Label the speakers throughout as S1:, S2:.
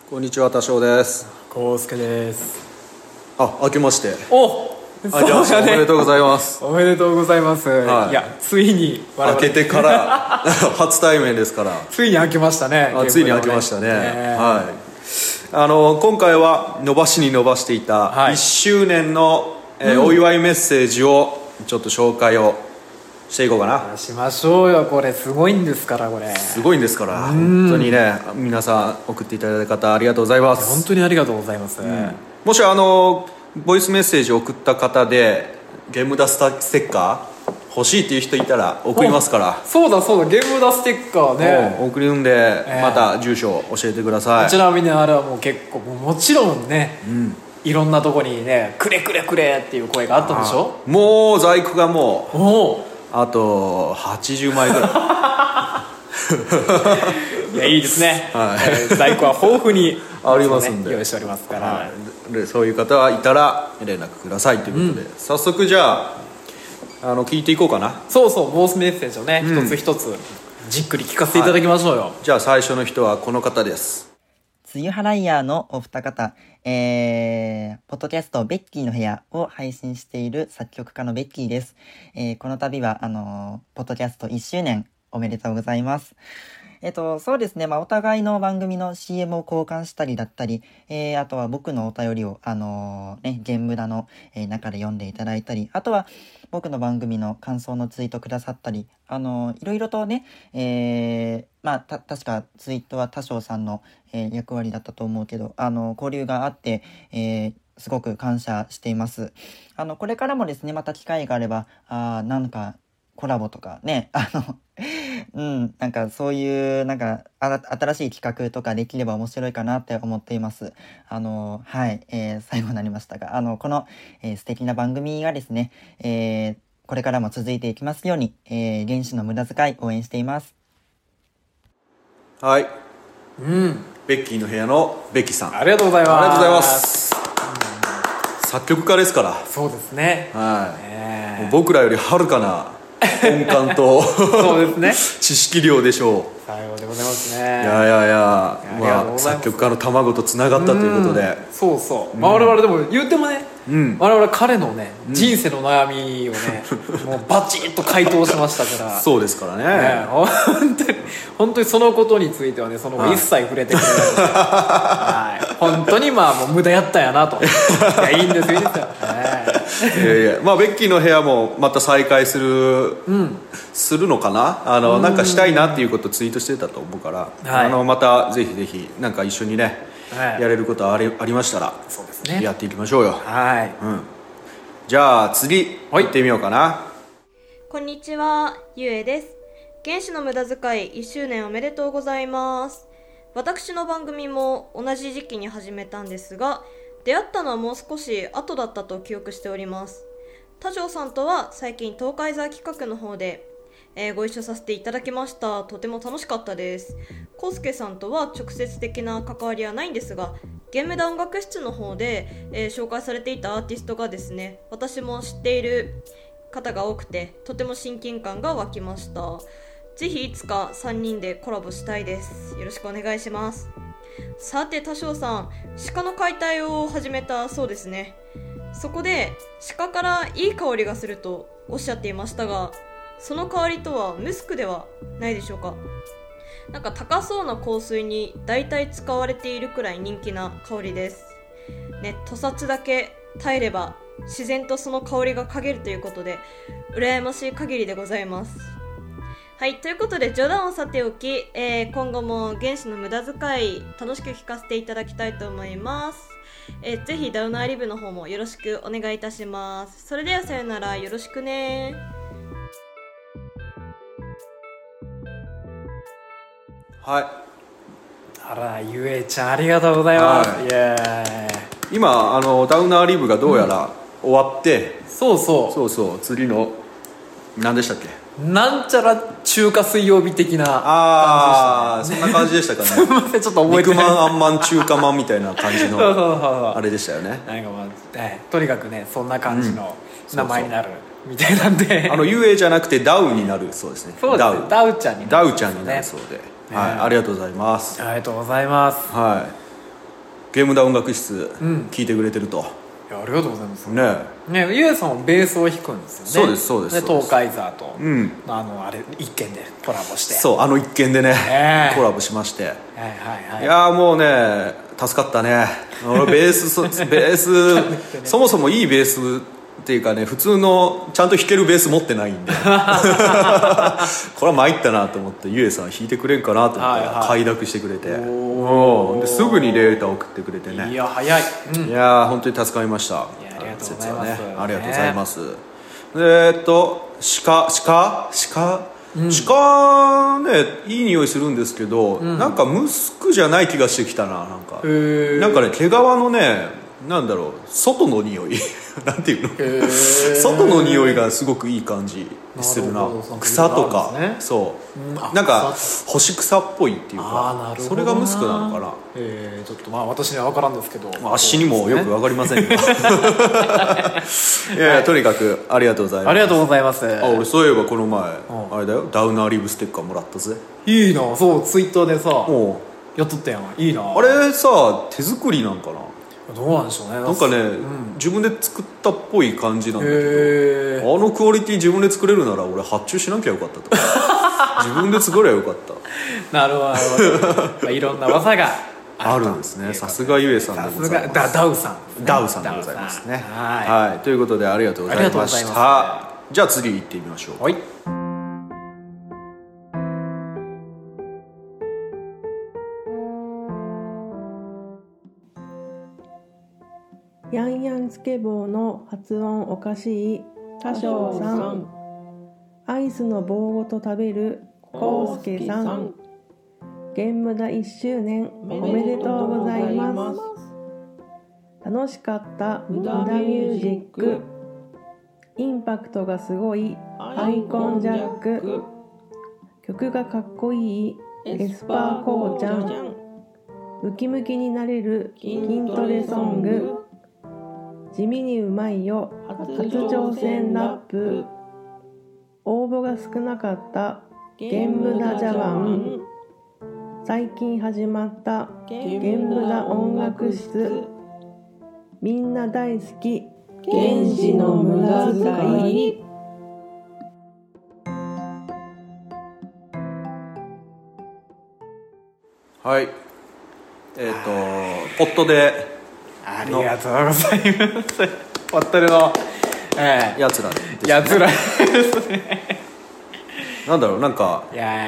S1: こんにちは、多少です。
S2: 康介です。
S1: 明けまして
S2: そうだね、
S1: おめでとうございます。
S2: おめでとうございます、
S1: はい、
S2: いやついに
S1: 明けてから初対面ですから
S2: ついに明けましたね。
S1: ついに明けましたね、はい、今回は伸ばしに伸ばしていた1周年の、お祝いメッセージをちょっと紹介をしていこうかな。
S2: しましょうよ。これすごいんですから。これ
S1: すごいんですから、本当にね、皆さん送っていただいた方ありがとうございます。
S2: 本当にありがとうございます、
S1: もしボイスメッセージを送った方でゲームダスタステッカー欲しいっていう人いたら送りますから。
S2: そうだゲームダステッカーね、
S1: 送るんで、また住所を教えてください。
S2: ちなみにあれはもう結構もちろんね、いろんなとこにねくれっていう声があったでしょ。
S1: もう在庫がもうあと80枚ぐら
S2: いいや、いいですね、在庫は豊富に
S1: ありますんで、
S2: 用意しておりますから、
S1: でそういう方はいたら連絡くださいということで、早速じゃあ聞いていこうかな。
S2: ボイスメッセージをね、一つ一つじっくり聞かせていただきましょうよ。
S1: じゃあ最初の人はこの方です。
S3: 梅雨払いヤーのお二方、ポッドキャストベッキーの部屋を配信している作曲家のベッキーです。この度はポッドキャスト1周年おめでとうございます。そうですね、お互いの番組の CM を交換したりだったり、あとは僕のお便りをゲームダの、中で読んでいただいたり、あとは僕の番組の感想のツイートくださったり、いろいろとね、確かツイートは多少さんの、役割だったと思うけど、交流があって、すごく感謝しています。これからもですね、また機会があれば、なんかコラボとかね、なんかそういう、新しい企画とかできれば面白いかなって思っています。最後になりましたが、この、素敵な番組がですね、これからも続いていきますように、原子の無駄遣い応援しています。
S1: はい。ベッキーの部屋のベッキーさん。
S2: ありがとうございます。
S1: ありがとうございます。作曲家ですから。
S2: そうですね。
S1: 僕らよりはるかな音感と
S2: そうですね、
S1: 知識量でしょう。
S2: さようでございますね。
S1: いや、作曲家の卵とつながったということで、
S2: 我々でも言ってもね、我々彼のね、人生の悩みをねもうバチッと回答しましたから。
S1: そうですからね、
S2: 本当にそのことについてはね、その後一切触れてくれない本当にもう無駄やったんやなと。いいんですよ、
S1: ベッキーの部屋もまた再開するのかな。なんかしたいなっていうことをツイートしてたと思うから、またぜひぜひなんか一緒にね、やれることありましたら、
S2: そうですね、
S1: やっていきましょうよ。じゃあ次行ってみようかな。
S4: こんにちは、ゆえです。原子の無駄遣い1周年おめでとうございます。私の番組も同じ時期に始めたんですが、出会ったのはもう少し後だったと記憶しております。多条さんとは最近東海座企画の方で、ご一緒させていただきました。とても楽しかったです。康介さんとは直接的な関わりはないんですが、ゲームダ音楽室の方で、紹介されていたアーティストがですね、私も知っている方が多くて、とても親近感が湧きました。ぜひいつか3人でコラボしたいです。よろしくお願いします。さて、多少さん、鹿の解体を始めたそうですね。そこで鹿からいい香りがするとおっしゃっていましたが、その香りとはムスクではないでしょうか。なんか高そうな香水に大体使われているくらい人気な香りですね。屠殺だけ耐えれば自然とその香りが嗅げるということで、羨ましい限りでございます。はい、ということで冗談をさておき、今後も原子の無駄遣い楽しく聞かせていただきたいと思います。ぜひダウナーリブの方もよろしくお願いいたします。それではさよなら、よろしくね。
S1: はい。
S2: あら、ゆえちゃんありがとうございます。
S1: 今ダウナーリブがどうやら終わって、
S2: そう
S1: 次の何でしたっけ、
S2: なんちゃら中華水曜日的な
S1: 感じでしたね。そんな感じでしたかね。
S2: すみません、ちょっと覚えてない。
S1: 肉まんあんまん中華まんみたいな感じのあれでしたよね。
S2: なんかとにかくね、そんな感じの名前になるみたいなんで、
S1: UA じゃなくてダウになるそうですね。
S2: そうですね、ダウちゃんになるそうで、
S1: ありがとうございます。
S2: ありがとうございます。
S1: ゲームダ音楽室聞いてくれてると、
S2: いやありがとうございます
S1: ね
S2: ゆえさんはベースを弾くんですよね。
S1: そうです
S2: 東海座と、
S1: あ
S2: れ一件でコラボして、
S1: そう一件でね、コラボしまして、いやもうね助かったね。俺ベースそもそもいいベースっていうかね、普通のちゃんと弾けるベース持ってないんでこれは参ったなと思って、ゆえさん弾いてくれんかなと思ったら快諾してくれて、ですぐにレーター送ってくれてね、
S2: いや早い、
S1: いや本当に助かりました。
S2: ありがとうございます、
S1: ありがとうございます。鹿ね、いい匂いするんですけど、なんかムスクじゃない気がしてきたな。なんかね、毛皮のね、なんだろう、外の匂いなんていうの、外の匂いがすごくいい感じするな。草とか、そうなんか干し草っぽいっていうか、それがムスクなのかな。
S2: ちょっと私には分からんですけど、
S1: 足にもよく分かりませんけどいやとにかくありがとうございます。
S2: ありがとうございます。
S1: 俺そういえばこの前あれだよ、ダウナーリブステッカーもらったぜ。
S2: いいな。そうツイッターでさやっとったやん。いいな。
S1: あれさ手作りなんかな。
S2: どうなんでしょうね。
S1: なんかね、自分で作ったっぽい感じなんだけど、あのクオリティ自分で作れるなら俺発注しなきゃよかったと自分で作ればよかった。
S2: なるほどいろんな技が
S1: あるんですね。さすがゆえさんでございます。
S2: ダウさん
S1: でございますね。はい、ということでありがとうございました。じゃあ次行ってみましょう。
S2: はい。
S5: ヤンヤンスケボーの発音おかしい多少さん、アイスの棒ごと食べるコウスケさん、ゲームダ1周年おめでとうございます。楽しかったムダミュージック、インパクトがすごいアイコンジャック、曲がかっこいいエスパーコーちゃん、ムキムキになれる筋トレソング、地味にうまいよ初挑戦ラップ、応募が少なかったゲンムダジャワン、最近始まったゲンムダ音楽室、みんな大好き原始の無駄遣い。
S1: はい、ポットで
S2: ありがとうございます。ポットでの
S1: やつらですね。
S2: やつらですね。
S1: なんだろう、なんか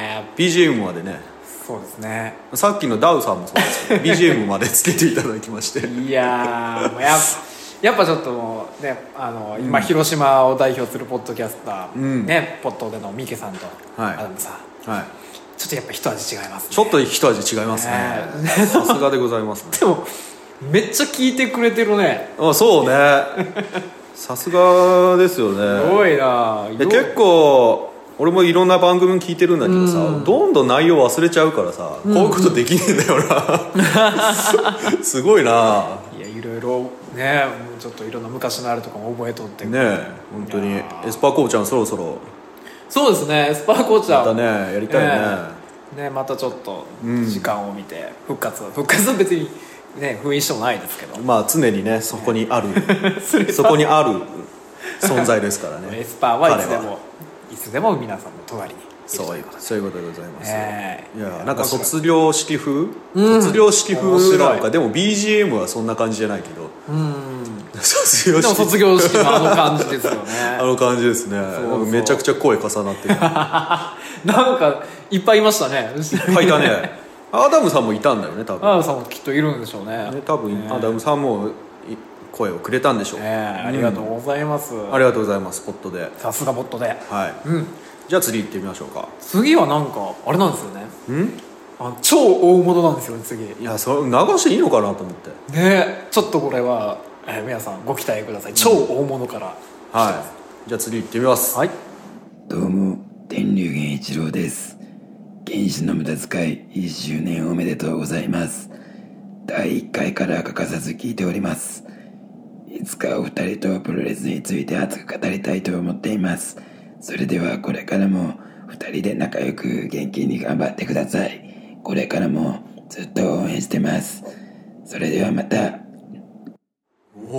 S1: BGM までね。
S2: そうですね。
S1: さっきのダウさんもそうですけどBGM までつけていただきまして
S2: いやもうやっぱちょっともうね、今広島を代表するポッドキャスター、ね、ポットでのミケさんとアダムさん、ちょっとやっぱ一味違いますね。
S1: ちょっと一味違いますね。さすがでございますね。
S2: でもめっちゃ聞いてくれてるね。
S1: そうねさすがですよね。
S2: すごいな。
S1: 結構俺もいろんな番組聞いてるんだけどさ、どんどん内容忘れちゃうからさ、こういうことできねえんだよなすごいな。
S2: いやいろいろね、ちょっといろんな昔のあれとかも覚えとって
S1: ね。本当にエスパーコーちゃんそろそろ。
S2: そうですね、エスパーコーちゃん
S1: またねやりたいね。
S2: またちょっと時間を見て復活は別にね封印してもないですけど、
S1: まあ常にねそこにあるそこにある存在ですからね
S2: エスパーはいつでも皆さんの隣にいる
S1: そういうことでございます。いや
S2: なん
S1: か卒業式風、卒業式風なんかでも BGM はそんな感じじゃないけど、卒
S2: 業式のあの感じですよね
S1: あの感じですね。めちゃくちゃ声重なってるなん
S2: かいっぱいいましたね。
S1: いっぱいいたね。アダムさんもいたんだよね多分。
S2: アダムさんもきっといるんでしょうね。
S1: 多分アダムさんも声をくれたんでしょう。
S2: ありがとうございます。
S1: ありがとうございます。ポットで。
S2: さすがポットで。
S1: はい。じゃあ次行ってみましょうか。
S2: 次はなんかあれなんですよね。超大物なんですよね次。
S1: いやそれ流していいのかなと思って
S2: ね。ちょっとこれは皆さんご期待ください。超大物から
S1: はい。じゃあ次行ってみます。
S2: はい。
S6: どうも天竜源一郎です。原始の無駄遣い1周年おめでとうございます。第1回から欠かさず聞いております。いつかお二人とプロレスについて熱く語りたいと思っています。それではこれからも二人で仲良く元気に頑張ってください。これからもずっと応援してます。 それではまた。
S1: お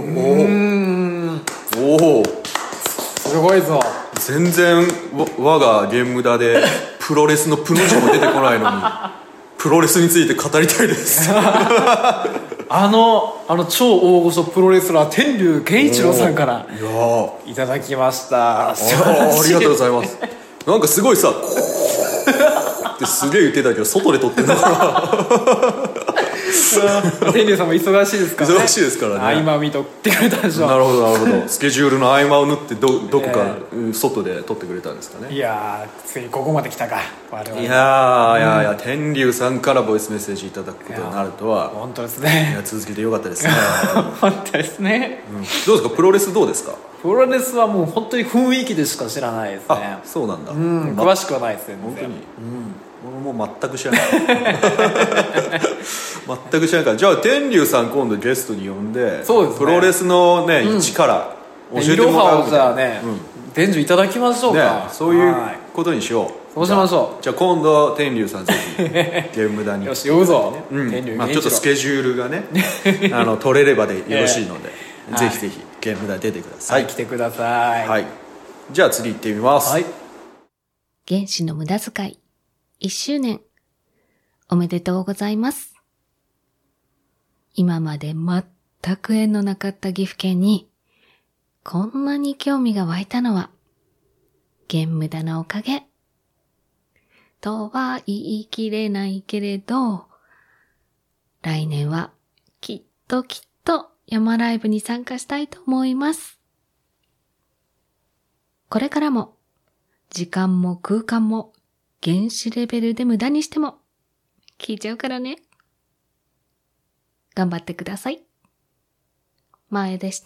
S1: お
S2: すごいぞ。
S1: 全然我がゲームダでプロレスのプの字も出てこないのにプロレスについて語りたいです
S2: あの超大御所プロレスラー天竜源一郎さんからいただきました。
S1: ありがとうございます。なんかすごいさってすげえ言ってたけど外で撮ってるのかな
S2: 天竜さんも忙しいですからね。
S1: 忙しいですからね。
S2: 合間を見とってくれたでしょ。
S1: なるほどなるほど。スケジュールの合間を縫ってどこか外で撮ってくれたんですかね。
S2: いやーついにここまで来たか我々。
S1: いや天竜さんからボイスメッセージいただくことになるとは
S2: 本当ですね。
S1: いや続けてよかったですね
S2: 本当ですね、
S1: どうですかプロレスどうですか。
S2: プロレスはもう本当に雰囲気でしか知らないですね。
S1: あそうなんだ、
S2: 詳しくはないですね。
S1: 本当に、俺も全く知らない全く知らないから。じゃあ天竜さん今度ゲストに呼んで、
S2: そうですね、
S1: プロレスのね、一から教えてもらうみたいな。
S2: いろはをじゃあね、伝授いただきましょうか、
S1: ね、そういうことにしよう。
S2: そうしましょう。
S1: じゃあ今度天竜さんぜひゲームダに
S2: よし呼ぶぞ、天竜
S1: ちょっとスケジュールがね取れればでよろしいので、ぜひぜひゲームダに出てください。
S2: 来てください。
S1: はい、じゃあ次行ってみます。
S7: 原子の無駄遣い1周年おめでとうございます。今まで全く縁のなかった岐阜県にこんなに興味が湧いたのはゲーム無駄のおかげとは言い切れないけれど、来年はきっと山ライブに参加したいと思います。これからも時間も空間も原子レベルで無駄にしても聞いちゃうからね。頑張ってください。前でした。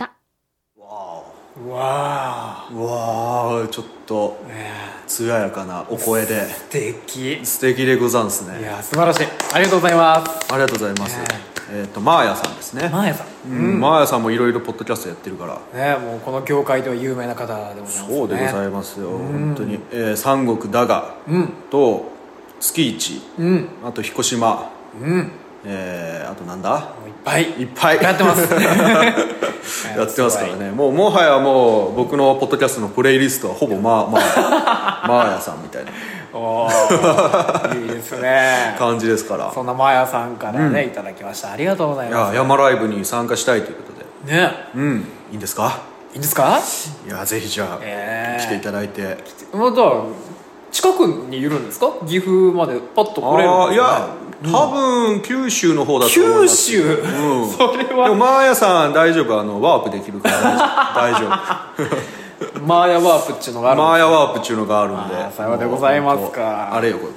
S1: わーちょっと艶やかなお声で素敵でござんすね。
S2: いや素晴らしい。ありがとうございます。
S1: ありがとうございます。マーヤさんですね。
S2: マーヤさん、
S1: マーヤさんもいろいろポッドキャストやってるから
S2: ね、もうこの業界では有名な方でございますね。
S1: そうでございますよ、本当に。三国だがと月一、あと彦島、あとなんだいっぱい
S2: やってます
S1: やってますからね。もはやもう僕のポッドキャストのプレイリストはほぼマーヤさんみたいな
S2: いいですね
S1: 感じですから。
S2: そんなマーヤさんからね、いただきました。ありがとうございます。
S1: 山ライブに参加したいということで
S2: ね、
S1: いいんですか。
S2: いいんですか。
S1: いやぜひじゃあ、来ていただいて。
S2: また近くにいるんですか。岐阜までパッと来れるんですか。
S1: いや多分九州の方だと思います。
S2: 九州、それは
S1: でもマーヤさん大丈夫、ワープできるから大丈
S2: 夫マーヤワープっていうのがあるんで。
S1: マーヤワープっていうのがあるんで。
S2: さようでございますか。
S1: あれよこれ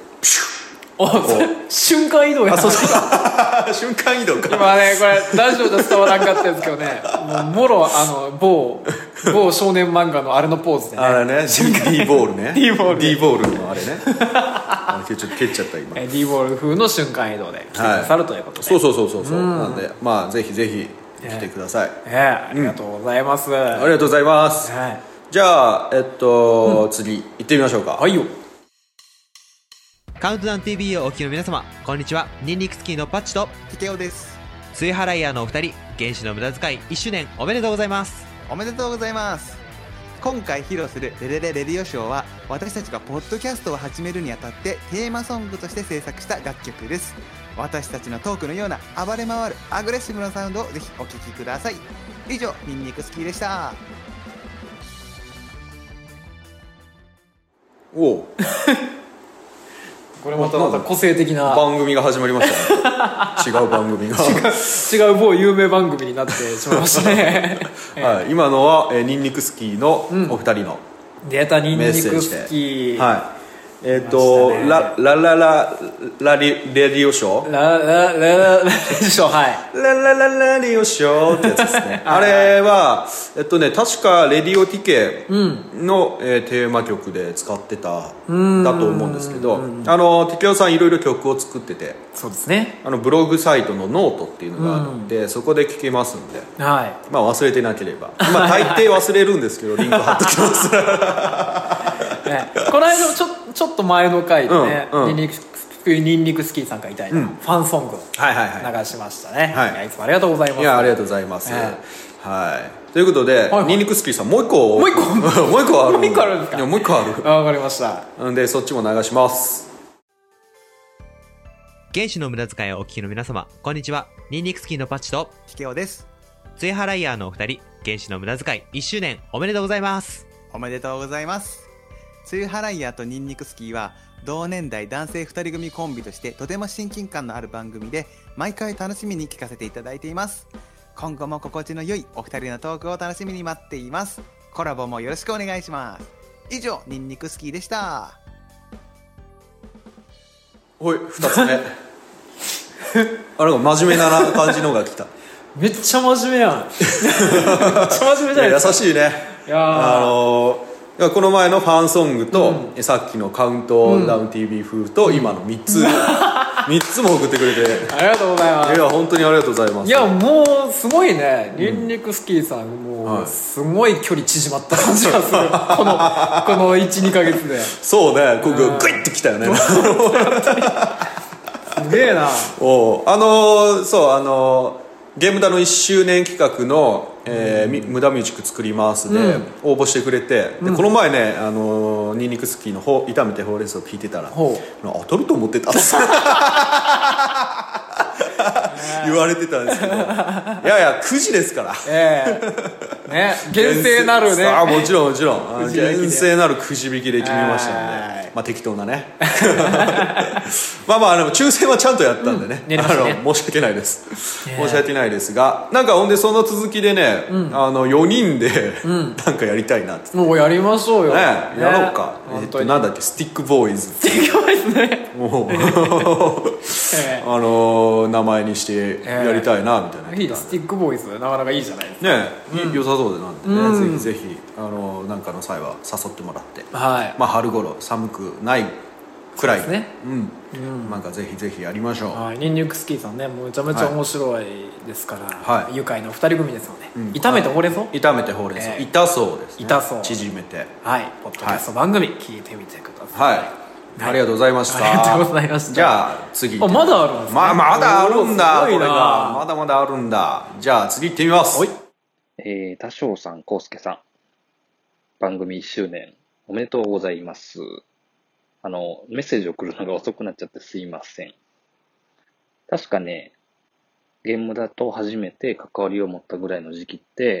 S2: 瞬間移動や。
S1: そう瞬間移動か。
S2: 今ねこれラジオで伝わらんかったんですけどね、もろ某少年漫画のあれのポーズでね。
S1: あれね D ボールね。
S2: D ボール
S1: のあれねちょっと蹴っちゃった今。
S2: D ボール風の瞬間移動で来てくださるということで、
S1: そうなんでぜひぜひ来てください。
S2: ありがとうございます。
S1: ありがとうございます。じゃあ次行ってみましょうか。
S2: はいよ。
S8: カウントダウン TV をお聞きの皆様、こんにちは。ニンニクスキーのパッチと
S9: テケオです。
S8: 追払いヤーのお二人、原子の無駄遣い1周年おめでとうございます。
S9: おめでとうございます。今回披露するレレレレディオショーは、私たちがポッドキャストを始めるにあたってテーマソングとして制作した楽曲です。私たちのトークのような暴れ回るアグレッシブなサウンドをぜひお聴きください。以上、ニンニクスキーでした。
S1: おう
S2: これまた個性的な
S1: 番組が始まりましたね違う番組が
S2: 違う某有名番組になってしまいましたね
S1: はい、今のはニンニクスキーのお二人の
S2: 出たニンニクスキー、
S1: はいラレディオショー
S2: ラレディオショー、はい
S1: ラレディオショーってやつですねあれは確かレディオティケの、テーマ曲で使ってただと思うんですけど、ティケオさんいろいろ曲を作ってて、
S2: そうですね、
S1: ブログサイトのノートっていうのがあるんで、そこで聴けますんで、
S2: はい、
S1: まあ忘れてなければ大抵忘れるんですけどリンク貼っときます
S2: この間もちょっと前の回でね、ニンニクスニンニクスキーさんからいただいたファンソングを流しましたね。いつもありがとうございます。
S1: いやありがとうございます。ということで、ニンニクスキーさんもう一個ある。
S2: もう一個あるんですか。
S1: もう一個ある。
S2: わかりました。
S1: なんでそっちも流します。
S8: 原始の無駄遣いをお聞きの皆様、こんにちは。ニンニクスキーのパッチと
S9: ひけおです。
S8: ツイハライヤーのお二人、原始の無駄遣い1周年おめでとうございます。
S9: おめでとうございます。ツイハライヤーとニンニクスキーは同年代男性2人組コンビとしてとても親近感のある番組で毎回楽しみに聞かせていただいています。今後も心地の良いお二人のトークを楽しみに待っています。コラボもよろしくお願いします。以上、ニンニクスキーでした。
S1: おい、2つ目あれ真面目な感じのが来た。
S2: めっちゃ真面目やんめっちゃ真面目じゃないですか。
S1: 優しいね。
S2: いや
S1: この前のファンソングと、さっきのカウントダウン TV 風と、今の3つ3つも送ってくれて
S2: ありがとうございます。
S1: いや本当にありがとうございます。
S2: いやもうすごいね、ニンニクスキーさんもうすごい距離縮まった感じがするこの 1,2 ヶ月で。
S1: そうね、ここグイッてきたよね
S2: すげえな。
S1: ゲームダの1周年企画の無駄ミュージック作りますで、応募してくれて、でこの前ねニンニクスキーの炒めてほうれん草を聞いてたら当たると思ってた言われてたんですけど、いや9時ですから
S2: ね、厳正なるね。
S1: もちろん厳正なるくじ引きで決めましたので、適当なねでも抽選はちゃんとやったんでね、申し訳ないです申し訳ないですが、なんかほんでその続きでね、4人でなんかやりたいなって、
S2: もうやりましょうよ、
S1: やろうか。なんだっけ、スティックボーイズ、
S2: スティックボーイズね
S1: 名前にしてやりたいなみたいな。
S2: スティックボーイズなかなかいいじゃないですか
S1: ね、良さそうで、なんでね、ぜひなんかの際は誘ってもらって、春頃寒くないくらいね、なんかぜひぜひやりましょう。
S2: ニンニクスキーさんね、めちゃめちゃ面白いですから、愉快な2人組ですので、炒めてほうれん草、
S1: 炒めてほうれん草、痛そうですね、
S2: 痛そう、
S1: 縮めて、
S2: ポッドキャスト番組聞いてみてください。
S1: ありがとうございました。
S2: ありがとうございました。
S1: じゃあ次、
S2: まだあるんですね。
S1: まだあるんだ、これがまだまだあるんだ。じゃあ次行ってみます。
S10: 多少さん、こうすけさん、番組1周年おめでとうございます。メッセージ送るのが遅くなっちゃってすいません。確かね、ゲームダと初めて関わりを持ったぐらいの時期って、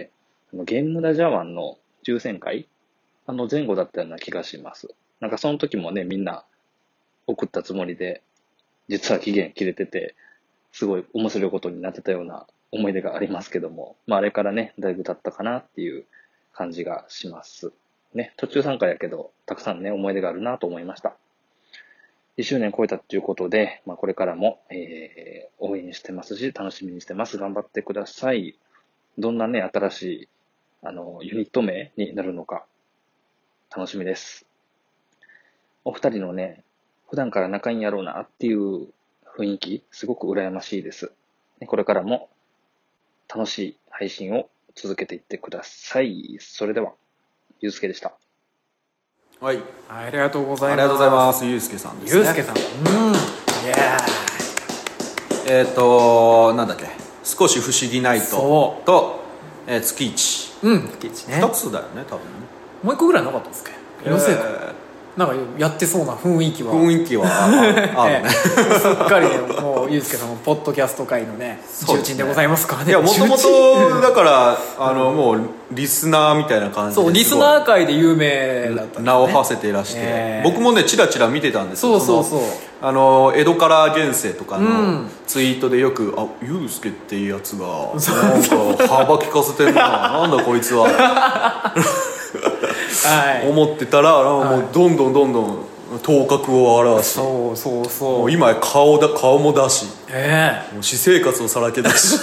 S10: ゲームダジャワンの抽選会前後だったような気がします。なんかその時もね、みんな送ったつもりで、実は期限切れてて、すごい面白いことになってたような思い出がありますけども、あれからね、だいぶ経ったかなっていう感じがします。ね、途中参加やけど、たくさんね、思い出があるなと思いました。1周年超えたっていうことで、これからも、応援してますし、楽しみにしてます。頑張ってください。どんなね、新しい、ユニット名になるのか、楽しみです。お二人のね、普段から仲いいんやろうなっていう雰囲気、すごく羨ましいです。これからも楽しい配信を続けていってください。それでは、ゆうすけでした。
S1: はい。
S2: ありがとうございます。
S1: ありがとうございます。ゆうすけさんですね。
S2: ゆうすけさん。いや
S1: なんだっけ、少し不思議ナイトと、月一。
S2: 月一ね。
S1: 2つだよね、多分ね。
S2: もう1個ぐらいなかったですか。なんかやってそうな雰囲気は
S1: あるね
S2: すっかりね、もうゆうすけさんもポッドキャスト界のね重鎮でございますからね。
S1: いや、もともとだからもうリスナーみたいな感じで、
S2: そう、リスナー界で有名だったんですね、
S1: 名を馳せていらして、僕もねチラチラ見てたんですよ。
S2: そう
S1: 江戸から現世とかのツイートでよく、ゆうすけっていうやつがなんか幅利かせてるななんだこいつは思ってたら、もうどんどん頭角を現し、もう今や顔も出し、もう私生活をさらけ出し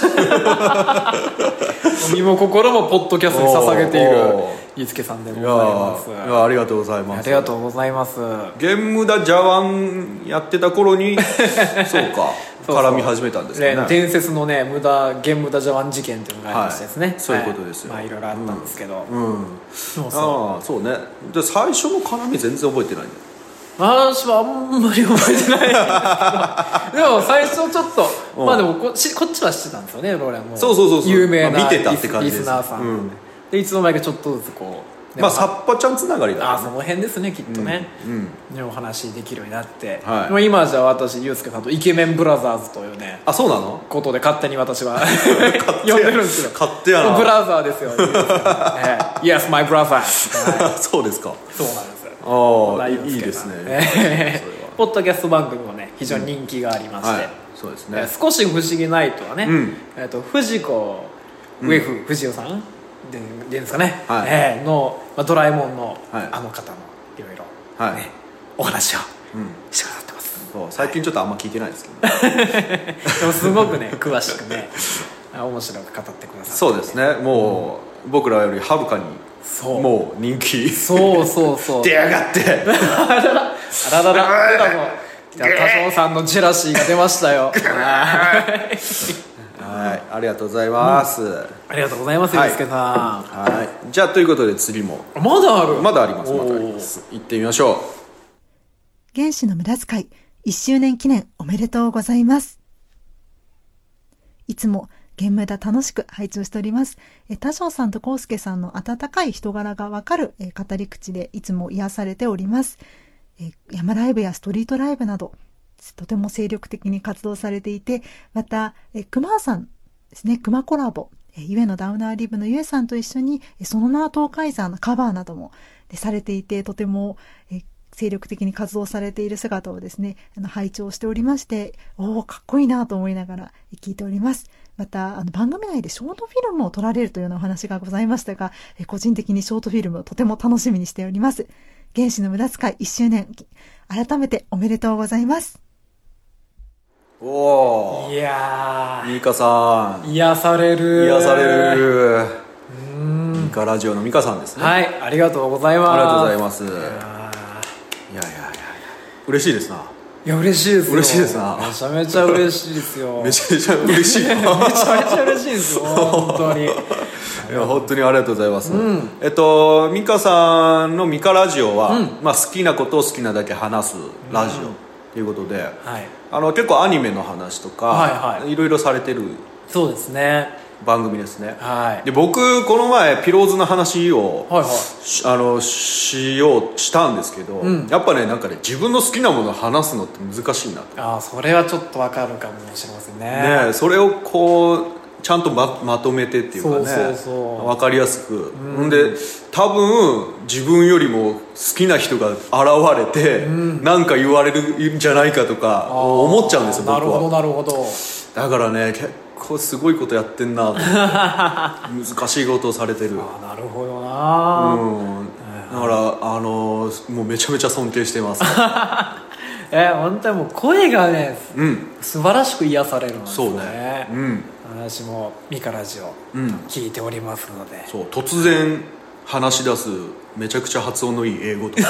S2: 身も心もポッドキャストに捧げているゆうすけさんでございます。
S1: ありがとうございます。
S2: ありがとうございます。
S1: ゲームダジャワンやってた頃にそうか絡み始めたんですかね。
S2: 伝説のねゲームダジャワン事件っていうのがありましてですね、
S1: そういうことですよ。
S2: いろいろあったんですけど、
S1: そうね。で最初の絡み全然覚えてないんだよ。
S2: 私はあんまり覚えてないでも最初ちょっとまあでもこっちは知ってたんですよね。ローレンも
S1: そう
S2: 有名な
S1: 見てたって感じです。
S2: リスナーさん、でいつの間にかちょっとずつこう、
S1: まあサッパちゃんつながりだ、
S2: その辺ですねきっとね、お話できるようになって、
S1: はい、
S2: 今じゃ私ユースケさんとイケメンブラザーズというね、
S1: そうなの
S2: ことで勝手に私は呼んでるんですよ。
S1: 勝手やな。
S2: ブラザーですよ。Yes, my brother
S1: そうですか。
S2: そうなんです。
S1: いいですね。
S2: ポッドキャスト番組もね非常に人気がありまして、
S1: そうですね。
S2: 少し不思議ナイトはね、藤子ウェフ藤尾さんでいうんですかね、のドラえもんのあの方のいろいろお話をしてくださってます。
S1: 最近ちょっとあんま聞いてないですけど、
S2: でもすごくね詳しくね面白く語ってくださって。
S1: そうですね。もう僕らよりはるかにもう人気。
S2: そう
S1: 出やがって。
S2: あらら多少さんのジェラシーが出ましたよ。
S1: はい、ありがとうございます。
S2: ありがとうございます、ゆうすけさん。
S1: はい、じゃあということで次も
S2: まだある。
S1: まだあります。行ってみましょう。
S11: 原子の無駄遣い1周年記念おめでとうございます。いつも現無駄楽しく拝聴しております。多少さんとコウスケさんの温かい人柄がわかる語り口でいつも癒されております。山ライブやストリートライブなどとても精力的に活動されていて、また熊さんですね、熊コラボ、ゆえのダウナーリブのゆえさんと一緒にその名は東海山のカバーなどもされていて、とても精力的に活動されている姿をですね拝聴しておりまして、かっこいいなと思いながら聞いております。また番組内でショートフィルムを撮られるというようなお話がございましたが、個人的にショートフィルムをとても楽しみにしております。原子の無駄遣い1周年改めておめでとうございます。
S2: いや
S1: ミカさん
S2: 癒される
S1: ミカラジオのミカさんですね。
S2: はい、ありがとうございます。
S1: ありがとうございます。いや嬉しいですな。
S2: いや嬉しいですよ。
S1: 嬉しいですな。
S2: めちゃめちゃ嬉しいですよ。
S1: めちゃめちゃ嬉しい。めちゃ
S2: めちゃ嬉しいですよ。本当に。
S1: いや本当にありがとうございます。ミカさんのミカラジオは、まあ好きなことを好きなだけ話すラジオということで、結構アニメの話とか、いろいろされてる。
S2: そうですね。
S1: 番組ですね。で僕この前ピローズの話を、したんですけど、やっぱねなんかね自分の好きなものを話すのって難しいなと。
S2: それはちょっとわかるかもしれませんね。
S1: ね、それをこうちゃんと まとめてっていうかね、分かりやすく、で多分自分よりも好きな人が現れて何か言われるんじゃないかとか思っちゃうんですよ僕は。
S2: なるほど。
S1: だからね結構すごいことやってんなと難しいことをされてる。
S2: なるほどな。
S1: だからもうめちゃめちゃ尊敬してます
S2: 本当にもう声がね、素晴らしく癒されるんですよね。私もミカラジオ聞いておりますので、
S1: 突然話し出すめちゃくちゃ発音のいい英語とか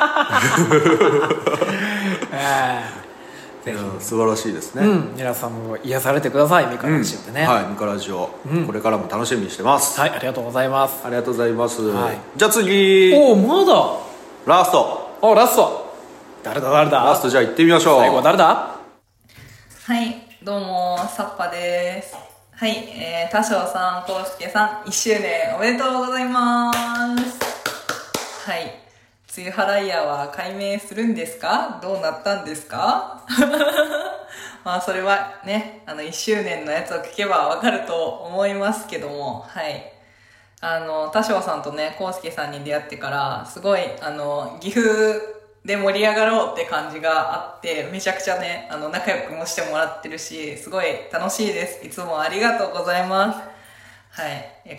S2: ぜひ
S1: 素晴らしいですね。
S2: 皆さんも癒されてください。ミカラジオでね。
S1: ミカラジオこれからも楽しみにしてます。
S2: はい、ありがとうございます。
S1: ありがとうございます。じゃあ次
S2: まだ
S1: ラスト。
S2: ラスト誰だ
S1: ラスト。じゃあ行ってみましょう。
S2: 最後は誰だ。
S12: はい、どうもサッパです。はい、多少さん、コウスケさん1周年おめでとうございます。はい、梅雨払いヤーは解明するんですか？どうなったんですか？まあそれはね1周年のやつを聞けばわかると思いますけども、はい多少さんとねコウスケさんに出会ってからすごい岐阜で盛り上がろうって感じがあって、めちゃくちゃね仲良くもしてもらってるし、すごい楽しいです。いつもありがとうございます。はい、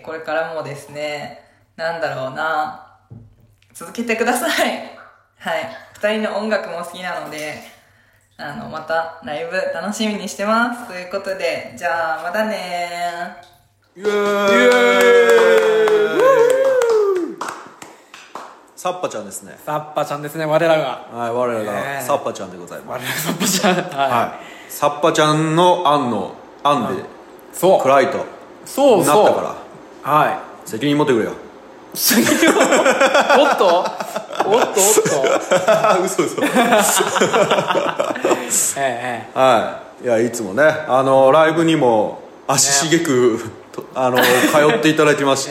S12: これからもですね続けてください。はい、2人の音楽も好きなのでまたライブ楽しみにしてます。ということで、じゃあまたねー。イエーイ。
S1: サッパちゃんですね。
S2: サッパちゃんですね。我らが
S1: サッパちゃんでございます。
S2: サッパちゃん、
S1: サッパちゃんの案で暗いとなったから、責任持ってくれよ。
S2: 責任をおっとおっと
S1: 嘘はいいやいつもねライブにも足しげく、通っていただきまして、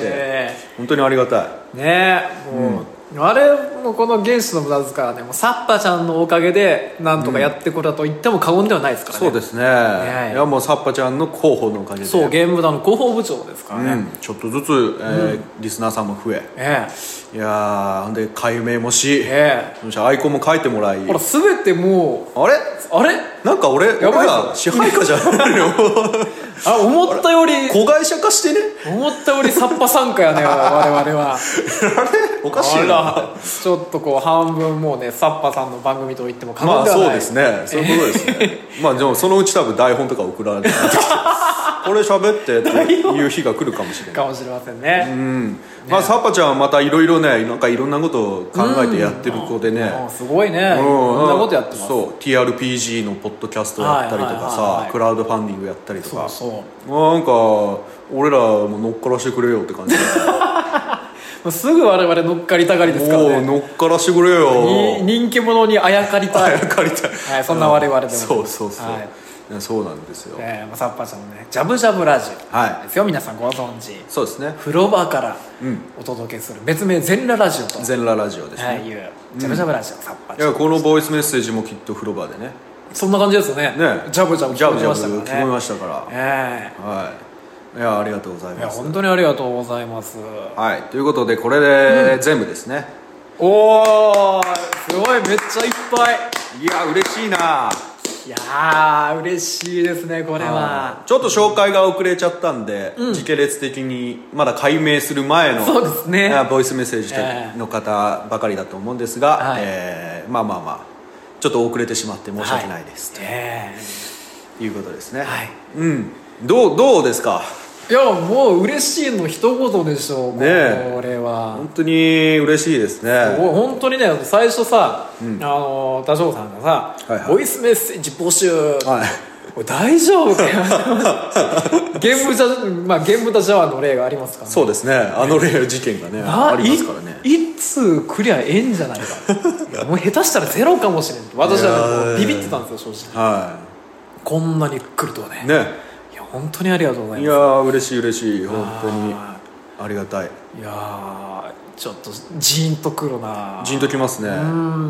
S1: 本当にありがたい
S2: ね。もう、あれもこの原始の無駄遣いはね、もうサッパちゃんのおかげでなんとかやってこれたと言っても過言ではないですからね。
S1: そうですね。いやもうサッパちゃんの広報のおかげで、
S2: そうゲーム無駄の広報部長ですからね。
S1: ちょっとずつ、リスナーさんも増え、いやーで解明もし、アイコンも書いてもらい、
S2: ほら全てもう
S1: あれなんか俺が支配下じゃないよ
S2: 思ったより
S1: 子会社化してね。
S2: 思ったよりサッパ参加やね我々は。
S1: あれおかしいな。
S2: ちょっとこう半分もうねサッパさんの番組と言っても過言ではない。
S1: そうですね、そういうことですね。でもそのうち多分台本とか送られてこれ喋ってっていう日が来るかもしれない
S2: かもしれませんね。
S1: サッパちゃんはまたいろいろね、なんかいろんなことを考えてやってる子でね、
S2: すごいね、いろんなことやってます。
S1: そう TRPG のポッドキャストやったりとかさ、クラウドファンディングやったりとか、なんか俺らも乗っからしてくれよって感じ
S2: すぐ我々乗っかりたがりですからね。
S1: 乗っからしてくれよ。
S2: 人気者にあやかりたい。そんな我々でも。
S1: そうそうなんですよ。
S2: サッパちゃんのねジャブジャブラジオですよ、皆さんご存知。
S1: そうですね。
S2: 風呂場からお届けする別名全裸ラジオと
S1: 全裸ラジオですね。
S2: いうジャブジャブラジオサッパちゃん。
S1: いやこのボイスメッセージもきっと風呂場でね。
S2: そんな感じですよね。ジャブジャブ聞こえましたからね。
S1: 聞こえましたから。はい。いやありがとうございます。
S2: 本当にありがとうございます。
S1: はいということでこれで全部ですね。
S2: おーすごいめっちゃいっぱい。
S1: いや嬉しいな。
S2: いやー嬉しいですねこれは。
S1: ちょっと紹介が遅れちゃったんで、時系列的にまだ解明する前の
S2: そうですね
S1: ボイスメッセージの方ばかりだと思うんですが、まあちょっと遅れてしまって申し訳ないです、ということですね。どうですか。
S2: いやもう嬉しいの一言でしょうね。これは
S1: 本当に嬉しいですね。
S2: 本当にね最初さ、多少さんがさ、ボイスメッセージ募集、大丈夫かよゲームダジャワの例がありますからね。
S1: そうですね、例事件がねありますからね。
S2: いつクリアええんじゃないかいやもう下手したらゼロかもしれん。私はビビってたんですよ正直。こんなに来るとはね。本当にありがとうございます。
S1: いや嬉しい本当にありがたい。
S2: いやちょっとジーンとくるな。
S1: ジーンときますね。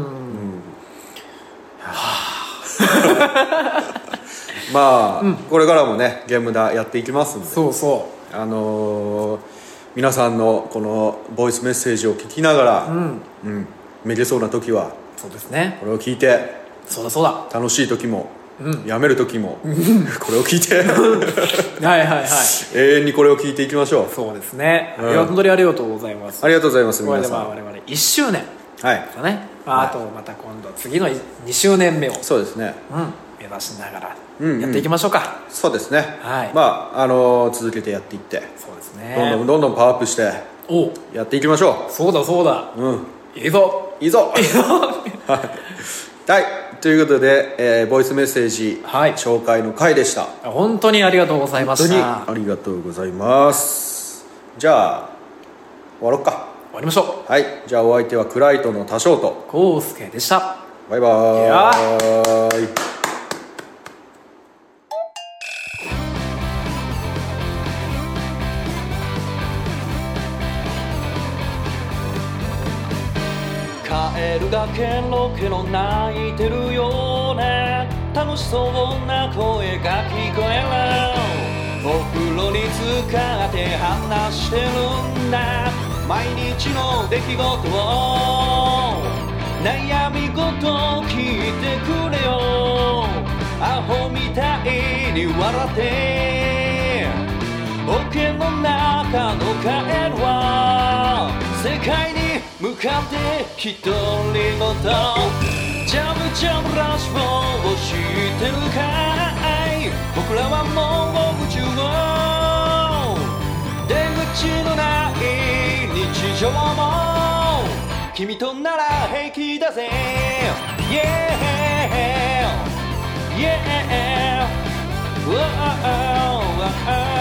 S1: これからもねゲームだやっていきますんで。皆さんのこのボイスメッセージを聞きながら、めげそうな時は
S2: そうですね
S1: これを聞いて、
S2: そうだ
S1: 楽しい時もやめる時もこれを聞いて永遠にこれを聞いていきましょう。
S2: そうですね。本当にありがとうございます。
S1: ありがとうございます。
S2: これで我々1周年ですね。あとまた今度次の2周年目を
S1: そうですね
S2: 目指しながらやっていきましょうか。
S1: そうですね。続けてやっていって、
S2: そうですね、
S1: どんどんパワーアップしてやっていきましょう。
S2: そうだいいぞ
S1: はいということで、ボイスメッセージ、紹介の回でした。
S2: 本当にありがとうございました。
S1: 本当にありがとうございます。じゃあ終わろうか。
S2: 終わりましょ
S1: う。はいじゃあお相手はクライトの多少と
S2: コウスケでした。
S1: バイバーイ。
S13: カエルがケロケロ泣いてるような楽しそうな声が聞こえる。お風呂に浸かって話してるんだ毎日の出来事を。悩み事聞いてくれよ。アホみたいに笑って桶の中のカエルは世界に向かって一人ごとジャブジャブラッシュを知ってるかい。僕らはもう宇宙を出口のない日常も君となら平気だぜ Yeah Yeah Whoa